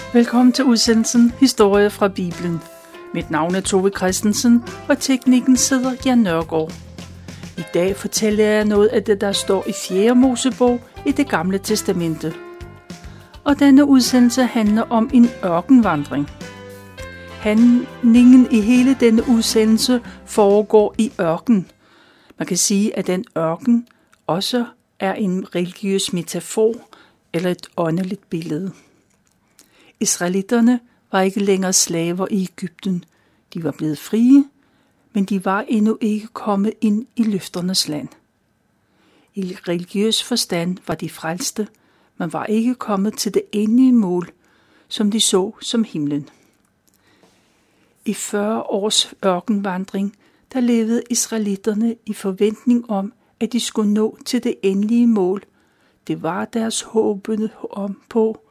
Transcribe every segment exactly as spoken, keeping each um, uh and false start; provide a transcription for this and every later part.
Velkommen til udsendelsen Historie fra Bibelen. Mit navn er Tove Christensen, og teknikken sidder Jan Nørgaard. I dag fortæller jeg noget af det, der står i fjerde Mosebog i Det Gamle Testamente. Og denne udsendelse handler om en ørkenvandring. Handlingen i hele denne udsendelse foregår i ørken. Man kan sige, at den ørken også er en religiøs metafor eller et åndeligt billede. Israelitterne var ikke længere slaver i Egypten. De var blevet frie, men de var endnu ikke kommet ind i løfternes land. I religiøs forstand var de frelste, men var ikke kommet til det endelige mål, som de så som himlen. I fyrre års ørkenvandring, der levede israelitterne i forventning om, at de skulle nå til det endelige mål. Det var deres håbede om på.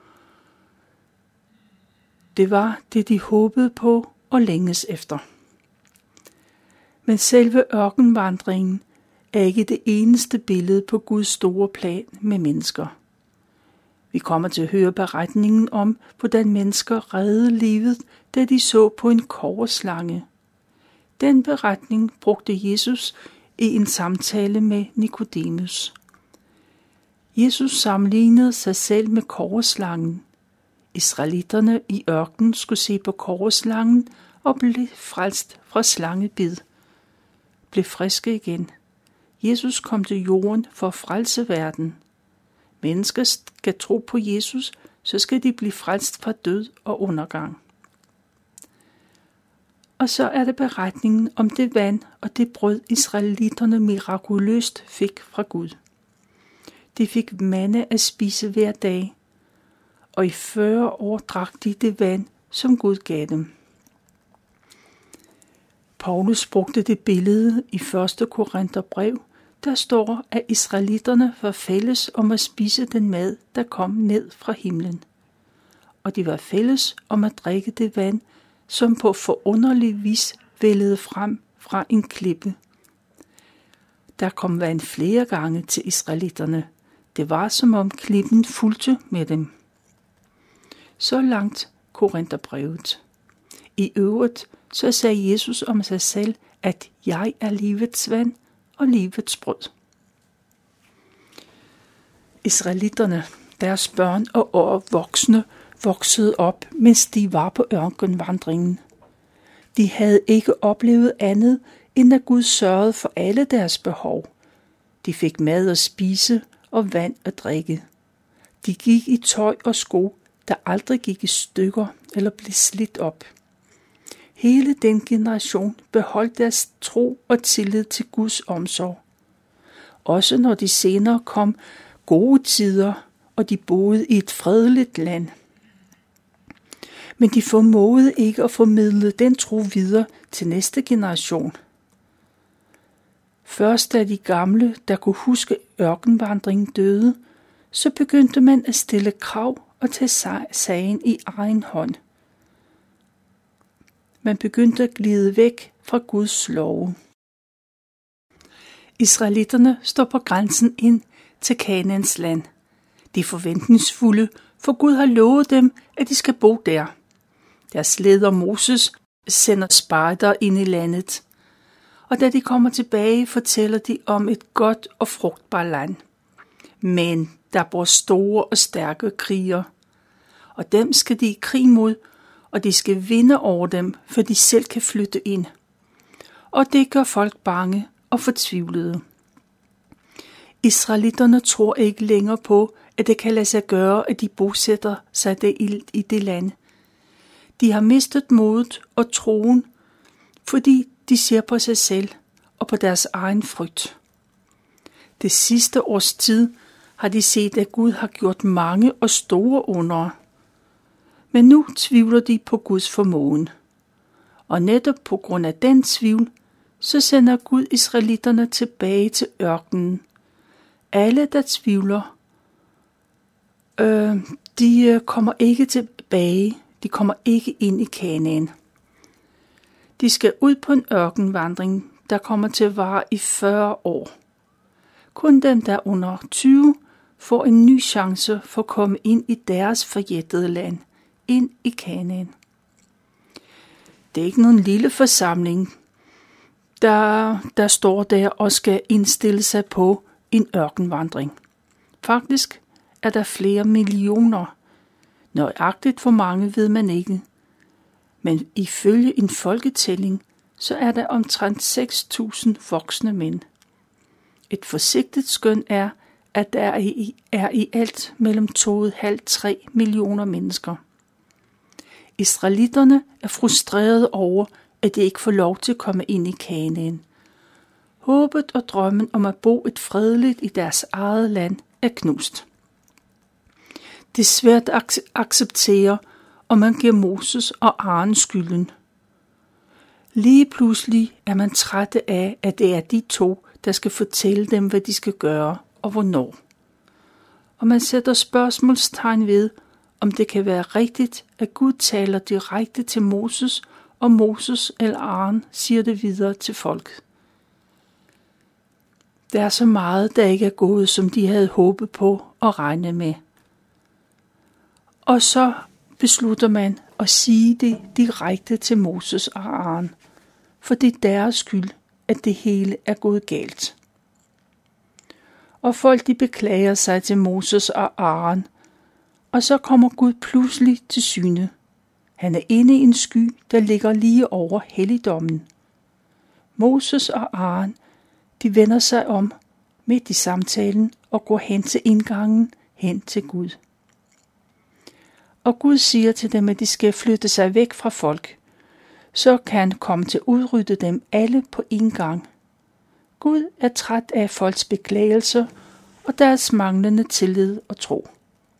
Det var det, de håbede på og længes efter. Men selve ørkenvandringen er ikke det eneste billede på Guds store plan med mennesker. Vi kommer til at høre beretningen om, hvordan mennesker reddede livet, da de så på en kobberslange. Den beretning brugte Jesus i en samtale med Nikodemus. Jesus sammenlignede sig selv med kobberslangen. Israelitterne i ørkenen skulle se på kobberslangen og blive frelst fra slangebid. Blev friske igen. Jesus kom til jorden for at frelse verden. Mennesker skal tro på Jesus, så skal de blive frelst fra død og undergang. Og så er det beretningen om det vand og det brød, israelitterne mirakuløst fik fra Gud. De fik manna at spise hver dag, og i fyrre år drak de det vand, som Gud gav dem. Paulus brugte det billede i første Korintherbrev, der står, at israelitterne var fælles om at spise den mad, der kom ned fra himlen. Og de var fælles om at drikke det vand, som på forunderlig vis vældede frem fra en klippe. Der kom vand flere gange til israelitterne. Det var som om klippen fulgte med dem. Så langt Korintherbrevet. I øvrigt så sagde Jesus om sig selv, at jeg er livets vand og livets brød. Israelitterne, deres børn og voksne, voksede op, mens de var på ørkenvandringen. De havde ikke oplevet andet, end at Gud sørgede for alle deres behov. De fik mad at spise og vand at drikke. De gik i tøj og sko, der aldrig gik i stykker eller blev slidt op. Hele den generation beholdt deres tro og tillid til Guds omsorg. Også når de senere kom gode tider, og de boede i et fredeligt land. Men de formåede ikke at formidle den tro videre til næste generation. Først da de gamle, der kunne huske ørkenvandringen, døde, så begyndte man at stille krav og tage sagen i egen hånd. Man begyndte at glide væk fra Guds love. Israelitterne står på grænsen ind til Kanaans land. De er forventningsfulde, for Gud har lovet dem, at de skal bo der. Deres leder Moses sender spejder ind i landet. Og da de kommer tilbage, fortæller de om et godt og frugtbart land. Men der bor store og stærke krigere. Og dem skal de i krig mod, og de skal vinde over dem, for de selv kan flytte ind. Og det gør folk bange og fortvivlede. Israelitterne tror ikke længere på, at det kan lade sig gøre, at de bosætter sig der i det land. De har mistet modet og troen, fordi de ser på sig selv og på deres egen frygt. Det sidste års tid har de set, at Gud har gjort mange og store under. Men nu tvivler de på Guds formåen. Og netop på grund af den tvivl, så sender Gud israelitterne tilbage til ørkenen. Alle, der tvivler, øh, de kommer ikke tilbage. De kommer ikke ind i Kanaan. De skal ud på en ørkenvandring, der kommer til at vare i fyrre år. Kun dem, der er under tyve, får en ny chance for at komme ind i deres forjættede land, ind i Kanaan. Det er ikke nogen lille forsamling, der, der står der og skal indstille sig på en ørkenvandring. Faktisk er der flere millioner. Nøjagtigt hvor mange ved man ikke. Men ifølge en folketælling, så er der omtrent seks tusind voksne mænd. Et forsigtigt skøn er, at der er i alt mellem to komma fem til tre millioner mennesker. Israelitterne er frustrerede over, at de ikke får lov til at komme ind i Kanaan. Håbet og drømmen om at bo et fredeligt i deres eget land er knust. Det er svært at acceptere, og man giver Moses og Aron skylden. Lige pludselig er man trætte af, at det er de to, der skal fortælle dem, hvad de skal gøre og hvornår. Og man sætter spørgsmålstegn ved, om det kan være rigtigt, at Gud taler direkte til Moses, og Moses eller Aron siger det videre til folk. Der er så meget, der ikke er gået, som de havde håbet på og regnet med. Og så beslutter man at sige det direkte til Moses og Aron, for det er deres skyld, at det hele er gået galt. Og folk de beklager sig til Moses og Aron, og så kommer Gud pludselig til syne. Han er inde i en sky, der ligger lige over helligdommen. Moses og Aron, de vender sig om midt i samtalen og går hen til indgangen, hen til Gud. Og Gud siger til dem, at de skal flytte sig væk fra folk, så kan han komme til at udrydde dem alle på en gang. Gud er træt af folks beklagelser og deres manglende tillid og tro.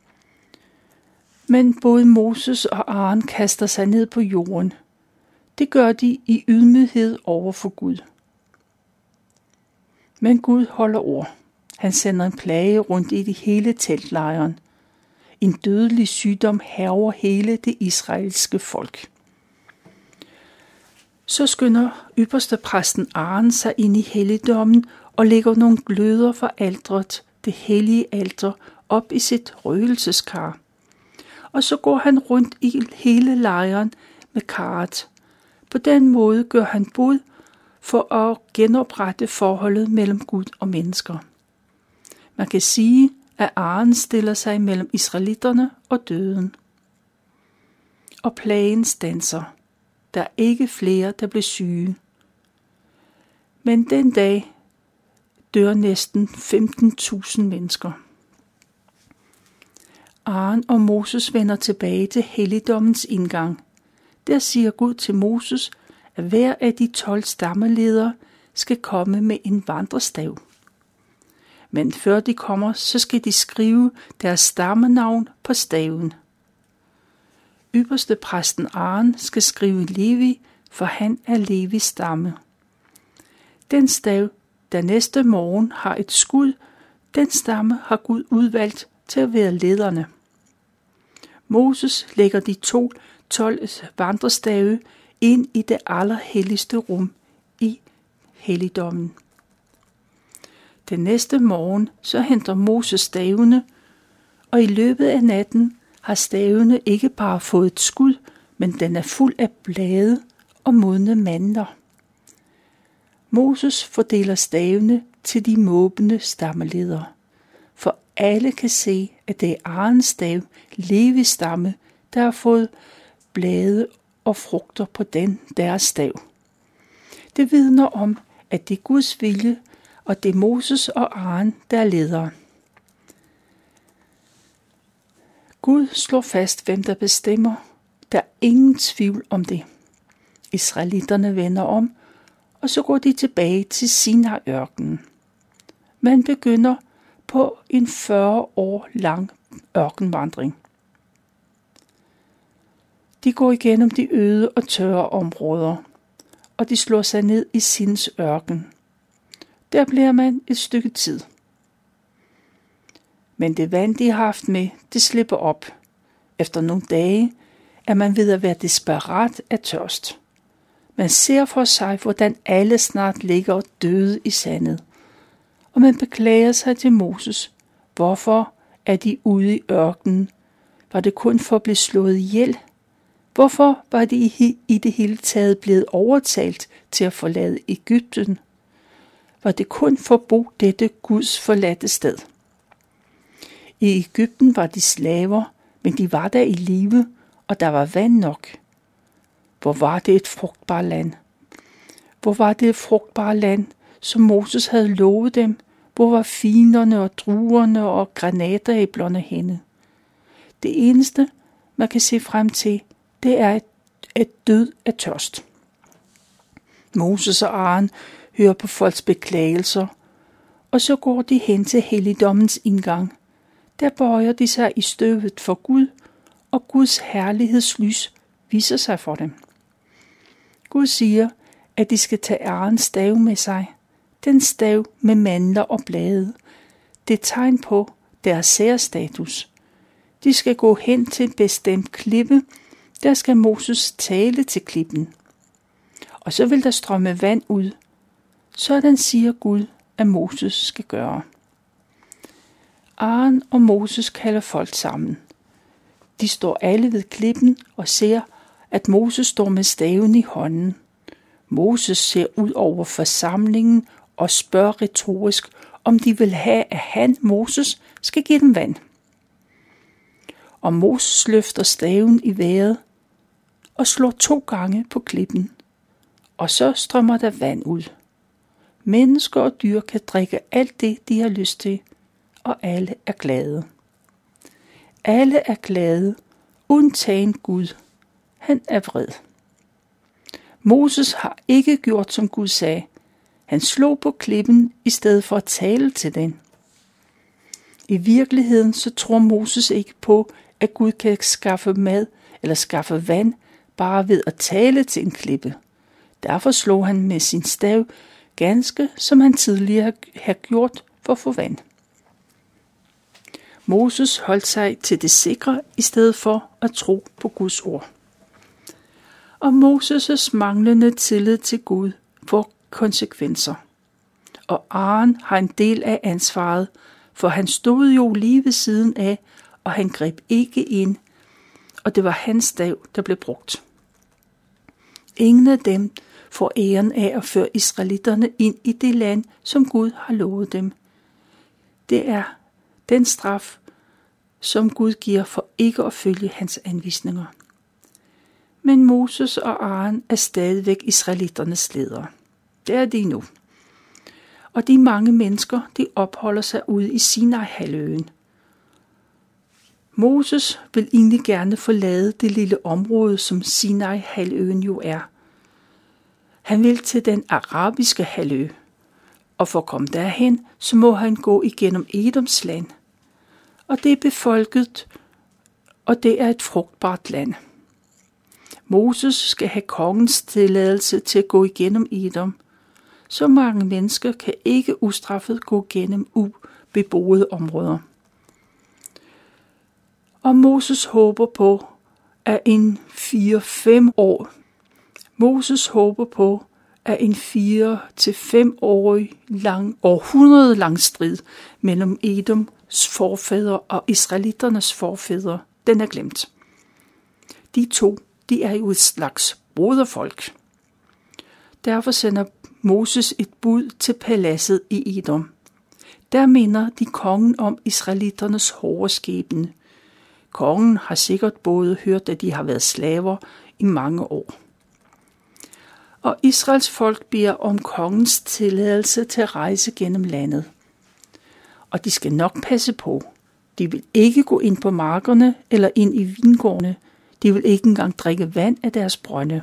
Men både Moses og Aron kaster sig ned på jorden. Det gør de i ydmyghed over for Gud. Men Gud holder ord. Han sender en plage rundt i de hele teltlejren. En dødelig sygdom hærger hele det israelske folk. Så skynder ypperstepræsten Aron sig ind i helligdommen og lægger nogle gløder fra alteret, det hellige alter, op i sit røgelseskar. Og så går han rundt i hele lejren med karret. På den måde gør han bud for at genoprette forholdet mellem Gud og mennesker. Man kan sige, at Aron stiller sig mellem israelitterne og døden. Og plagen standser. Der er ikke flere, der bliver syge. Men den dag dør næsten femten tusind mennesker. Aron og Moses vender tilbage til helligdommens indgang. Der siger Gud til Moses, at hver af de tolv stammeledere skal komme med en vandrestav. Men før de kommer, så skal de skrive deres stammenavn på staven. Ypperstepræsten Aron skal skrive Levi, for han er Levis stamme. Den stav, der næste morgen har et skud, den stamme har Gud udvalgt til at være lederne. Moses lægger de to tolv vandrestave ind i det allerhelligste rum i helligdommen. Den næste morgen så henter Moses stavene, og i løbet af natten har stavene ikke bare fået et skud, men den er fuld af blade og modne mandler. Moses fordeler stavene til de måbende stammeledere, for alle kan se, at det er Arons stav, Levis stamme, der har fået blade og frugter på den deres stav. Det vidner om, at det er Guds vilje, og det er Moses og Aron, der er ledere. Gud slår fast, hvem der bestemmer. Der er ingen tvivl om det. Israelitterne vender om, og så går de tilbage til Sinai-ørkenen. Man begynder på en fyrre år lang ørkenvandring. De går igennem de øde og tørre områder, og de slår sig ned i Sins ørken. Der bliver man et stykke tid. Men det vand, de har haft med, det slipper op. Efter nogle dage er man ved at være desperat af tørst. Man ser for sig, hvordan alle snart ligger døde i sandet. Og man beklager sig til Moses. Hvorfor er de ude i ørkenen? Var det kun for at blive slået ihjel? Hvorfor var de i, i det hele taget blevet overtalt til at forlade Egypten? Var det kun for at bo dette Guds forladte sted? I Egypten var de slaver, men de var der i live, og der var vand nok. Hvor var det et frugtbart land? Hvor var det et frugtbart land, som Moses havde lovet dem? Hvor var finerne og druerne og granatæblerne henne? Det eneste, man kan se frem til, det er et, et død af tørst. Moses og Aaron hører på folks beklagelser, og så går de hen til helligdommens indgang. Der bøjer de sig i støvet for Gud, og Guds herlighedslys viser sig for dem. Gud siger, at de skal tage Aarons stav med sig. Den stav med mandler og blade. Det er tegn på deres særstatus. De skal gå hen til en bestemt klippe. Der skal Moses tale til klippen. Og så vil der strømme vand ud. Sådan siger Gud, at Moses skal gøre. Aaron og Moses kalder folk sammen. De står alle ved klippen og ser, at Moses står med staven i hånden. Moses ser ud over forsamlingen og spørger retorisk, om de vil have, at han, Moses, skal give dem vand. Og Moses løfter staven i vejret og slår to gange på klippen, og så strømmer der vand ud. Mennesker og dyr kan drikke alt det, de har lyst til, og alle er glade. Alle er glade, undtagen Gud. Han er vred. Moses har ikke gjort, som Gud sagde. Han slog på klippen i stedet for at tale til den. I virkeligheden så tror Moses ikke på, at Gud kan skaffe mad eller skaffe vand bare ved at tale til en klippe. Derfor slog han med sin stav, ganske som han tidligere havde gjort for at få vand. Moses holdt sig til det sikre i stedet for at tro på Guds ord. Og Moses' manglende tillid til Gud får konsekvenser. Og Aaron har en del af ansvaret, for han stod jo lige ved siden af, og han greb ikke ind, og det var hans stav, der blev brugt. Ingen af dem får æren af at føre israelitterne ind i det land, som Gud har lovet dem. Det er den straf, som Gud giver for ikke at følge hans anvisninger. Men Moses og Aaron er stadigvæk israelitternes ledere. Det er de nu. Og de mange mennesker, de opholder sig ude i Sinai-halvøen. Moses vil egentlig gerne forlade det lille område, som Sinai-halvøen jo er. Han vil til den arabiske halvø, og for at komme derhen, så må han gå igennem Edoms land. Og det er befolket, og det er et frugtbart land. Moses skal have kongens tilladelse til at gå igennem Edom. Så mange mennesker kan ikke ustraffet gå gennem ubeboede områder. Og Moses håber på, at en fire-fem år Moses håber på, at en fire til fem årig lang, århundrede lang strid mellem Edoms forfædre og israelitternes forfædre, den er glemt. De to, de er jo et slags broderfolk. Derfor sender Moses et bud til paladset i Edom. Der minder de kongen om israelitternes hårde skæbne. Kongen har sikkert både hørt, at de har været slaver i mange år. Og Israels folk beder om kongens tilladelse til at rejse gennem landet. Og de skal nok passe på. De vil ikke gå ind på markerne eller ind i vingårdene. De vil ikke engang drikke vand af deres brønde.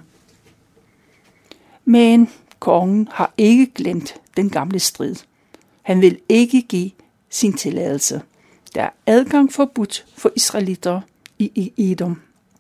Men kongen har ikke glemt den gamle strid. Han vil ikke give sin tilladelse. Der er adgang forbudt for israelitter i Edom.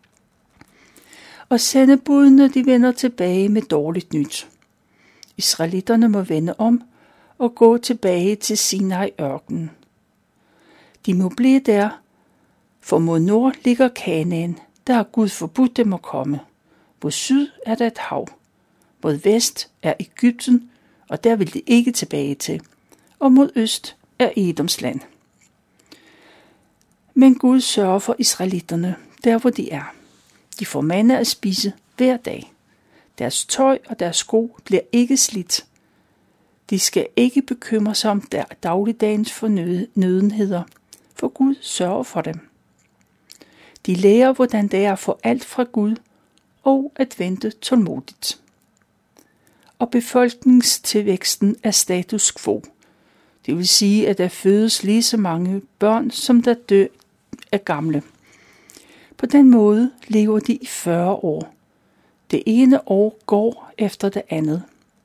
Og sendebudene, de vender tilbage med dårligt nyt. Israelitterne må vende om og gå tilbage til Sinai-ørkenen. De må blive der, for mod nord ligger Kanaan, der har Gud forbudt dem at komme. Mod syd er der et hav. Mod vest er Egypten, og der vil de ikke tilbage til. Og mod øst er Edoms land. Men Gud sørger for israelitterne, der hvor de er. De får manna at spise hver dag. Deres tøj og deres sko bliver ikke slidt. De skal ikke bekymre sig om der dagligdagens fornødenheder, for Gud sørger for dem. De lærer, hvordan det er at få alt fra Gud, og at vente tålmodigt. Og befolkningstilvæksten er status quo. Det vil sige, at der fødes lige så mange børn, som der dør af gamle. På den måde lever de i fyrre år. Det ene år går efter det andet.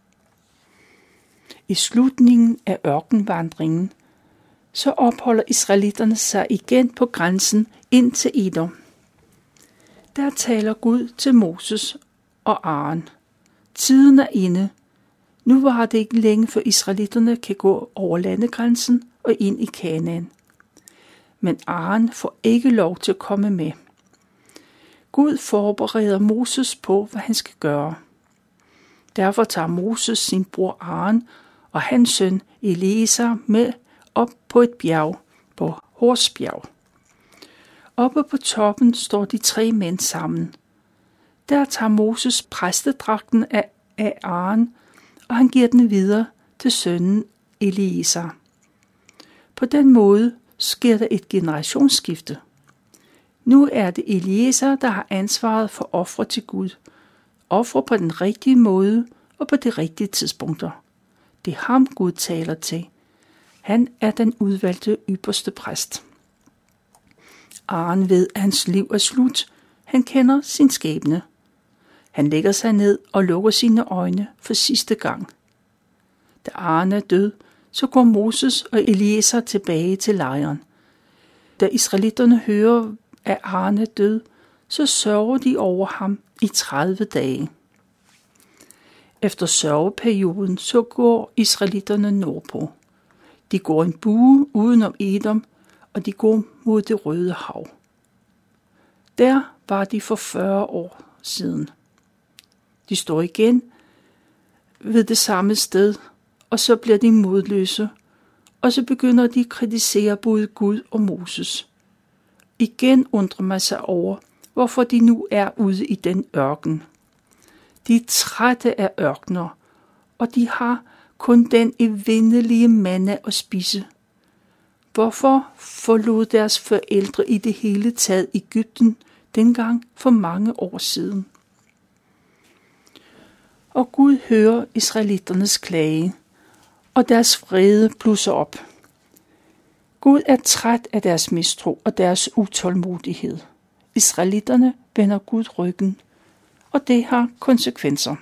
I slutningen af ørkenvandringen, så opholder israelitterne sig igen på grænsen ind til Edom. Der taler Gud til Moses og Aaron. Tiden er inde. Nu var det ikke længe, før israelitterne kan gå over landegrænsen og ind i Kanaan. Men Aaron får ikke lov til at komme med. Gud forbereder Moses på, hvad han skal gøre. Derfor tager Moses sin bror Aaron og hans søn Eliezer med op på et bjerg, på Horsbjerg. Oppe på toppen står de tre mænd sammen. Der tager Moses præstedragten af, af Aaron, og han giver den videre til sønnen Eliezer. På den måde sker der et generationsskifte. Nu er det Eliezer, der har ansvaret for ofre til Gud. Ofre på den rigtige måde og på de rigtige tidspunkter. Det er ham, Gud taler til. Han er den udvalgte ypperste præst. Aaron ved, at hans liv er slut. Han kender sin skæbne. Han lægger sig ned og lukker sine øjne for sidste gang. Da Aaron er død, så går Moses og Eliezer tilbage til lejren. Da israelitterne hører, at Aaron er død, så sørger de over ham i tredive dage. Efter sørgeperioden, så går israelitterne nordpå. De går en bue udenom Edom, og de går mod det Røde Hav. Der var de for fyrre år siden. De står igen ved det samme sted, og så bliver de modløse, og så begynder de at kritisere både Gud og Moses. Igen undrer man sig over, hvorfor de nu er ude i den ørken. De er trætte af ørkener, og de har kun den evindelige manna at spise. Hvorfor forlod deres forældre i det hele taget Egypten dengang for mange år siden? Og Gud hører israelitternes klage, og deres vrede blusser op. Gud er træt af deres mistro og deres utålmodighed. Israelitterne vender Gud ryggen, og det har konsekvenser.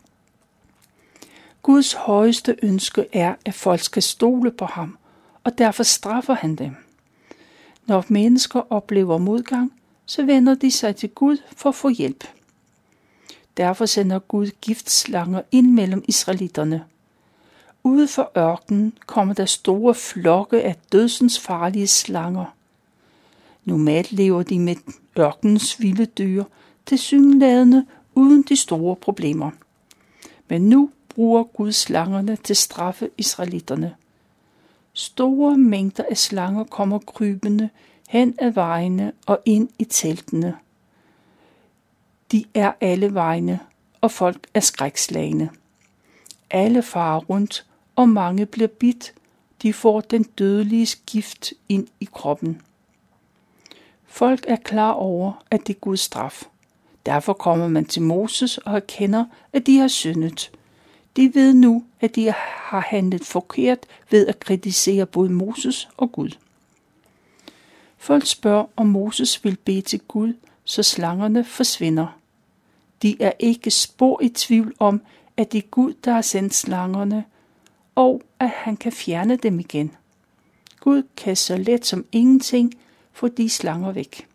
Guds højeste ønske er, at folk skal stole på ham, og derfor straffer han dem. Når mennesker oplever modgang, så vender de sig til Gud for at få hjælp. Derfor sender Gud giftslanger ind mellem israelitterne. Ude for ørkenen kommer der store flokke af dødsens farlige slanger. Normalt lever de med ørkenens vilde dyr, tilsyneladende uden de store problemer. Men nu bruger Gud slangerne til straffe israelitterne. Store mængder af slanger kommer krybende hen ad vejene og ind i teltene. De er alle vegne, og folk er skrækslagne. Alle farer rundt, og mange bliver bidt. De får den dødelige gift ind i kroppen. Folk er klar over, at det er Guds straf. Derfor kommer man til Moses og erkender, at de har syndet. De ved nu, at de har handlet forkert ved at kritisere både Moses og Gud. Folk spørger, om Moses vil bede til Gud, så slangerne forsvinder. De er ikke spor i tvivl om, at det er Gud, der har sendt slangerne, og at han kan fjerne dem igen. Gud kan så let som ingenting få de slanger væk.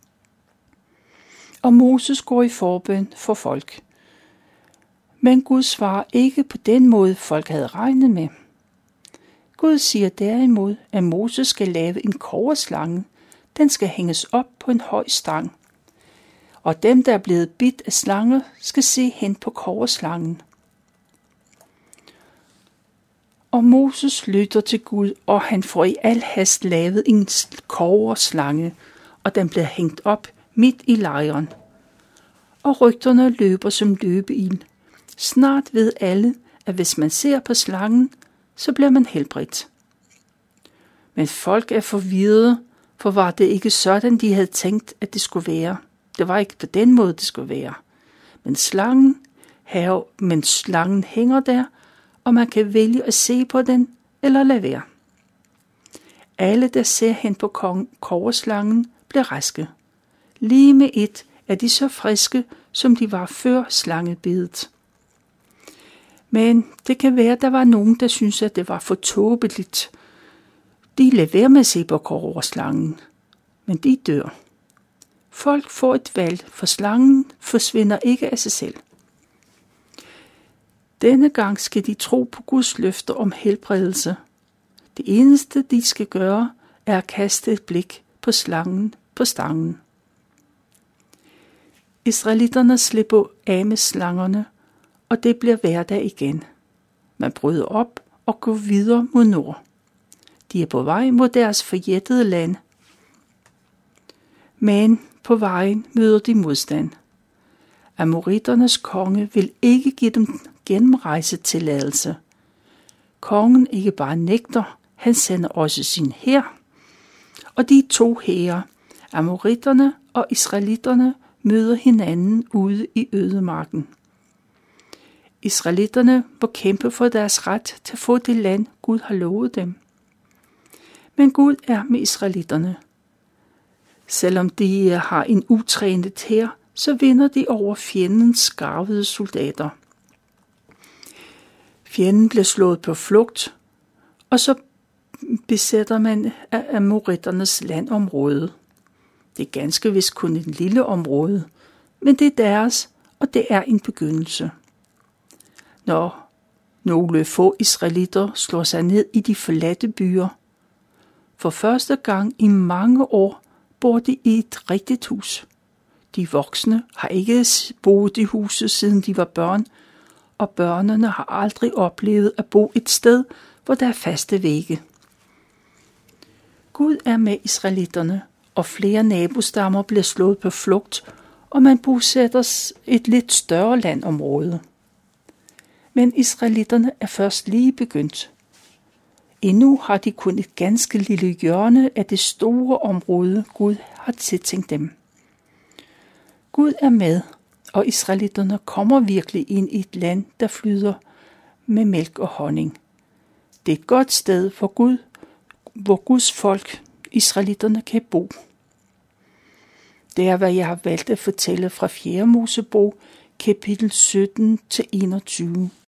Og Moses går i forbøn for folk. Men Gud svarer ikke på den måde, folk havde regnet med. Gud siger derimod, at Moses skal lave en kobberslange. Den skal hænges op på en høj stang. Og dem, der er blevet bidt af slanger, skal se hen på kobberslangen. Og Moses lytter til Gud, og han får i al hast lavet en kobberslange, og den bliver hængt op midt i lejren. Og rygterne løber som løbeild. Snart ved alle, at hvis man ser på slangen, så bliver man helbredt. Men folk er forvirrede, for var det ikke sådan, de havde tænkt, at det skulle være. Det var ikke på den måde, det skulle være. Men slangen, her, men slangen hænger der, og man kan vælge at se på den eller lade være. Alle, der ser hen på kobberslangen, bliver raske. Lige med et er de så friske, som de var før slangebidet. Men det kan være, at der var nogen, der synes, at det var for tåbeligt. De lader være med at se på kobberslangen, men de dør. Folk får et valg, for slangen forsvinder ikke af sig selv. Denne gang skal de tro på Guds løfter om helbredelse. Det eneste, de skal gøre, er at kaste et blik på slangen på stangen. Israelitterne slipper af med slangerne, og det bliver hverdag igen. Man bryder op og går videre mod nord. De er på vej mod deres forjættede land. Men på vejen møder de modstand. Amoritternes konge vil ikke give dem gennemrejsetilladelse. Kongen ikke bare nægter, han sender også sin hær. Og de to hære, amoritterne og israelitterne, møder hinanden ude i ødemarken. Israelitterne må kæmpe for deres ret til at få det land, Gud har lovet dem. Men Gud er med israelitterne. Selvom de har en utrænet hær, så vinder de over fjendens skarvede soldater. Fjenden bliver slået på flugt, og så besætter man amoritternes landområde. Det er ganske vist kun et lille område, men det er deres, og det er en begyndelse. Når nogle få israelitter slår sig ned i de forladte byer, for første gang i mange år bor de i et rigtigt hus. De voksne har ikke boet i huset, siden de var børn, og børnene har aldrig oplevet at bo et sted, hvor der er faste vægge. Gud er med israelitterne, og flere nabostammer bliver slået på flugt, og man bosætter et lidt større landområde. Men israelitterne er først lige begyndt. Endnu har de kun et ganske lille hjørne af det store område, Gud har tiltænkt dem. Gud er med, og israelitterne kommer virkelig ind i et land, der flyder med mælk og honning. Det er et godt sted for Gud, hvor Guds folk, israelitterne, kan bo. Det er, hvad jeg har valgt at fortælle fra fjerde Mosebog, kapitel sytten til enogtyve.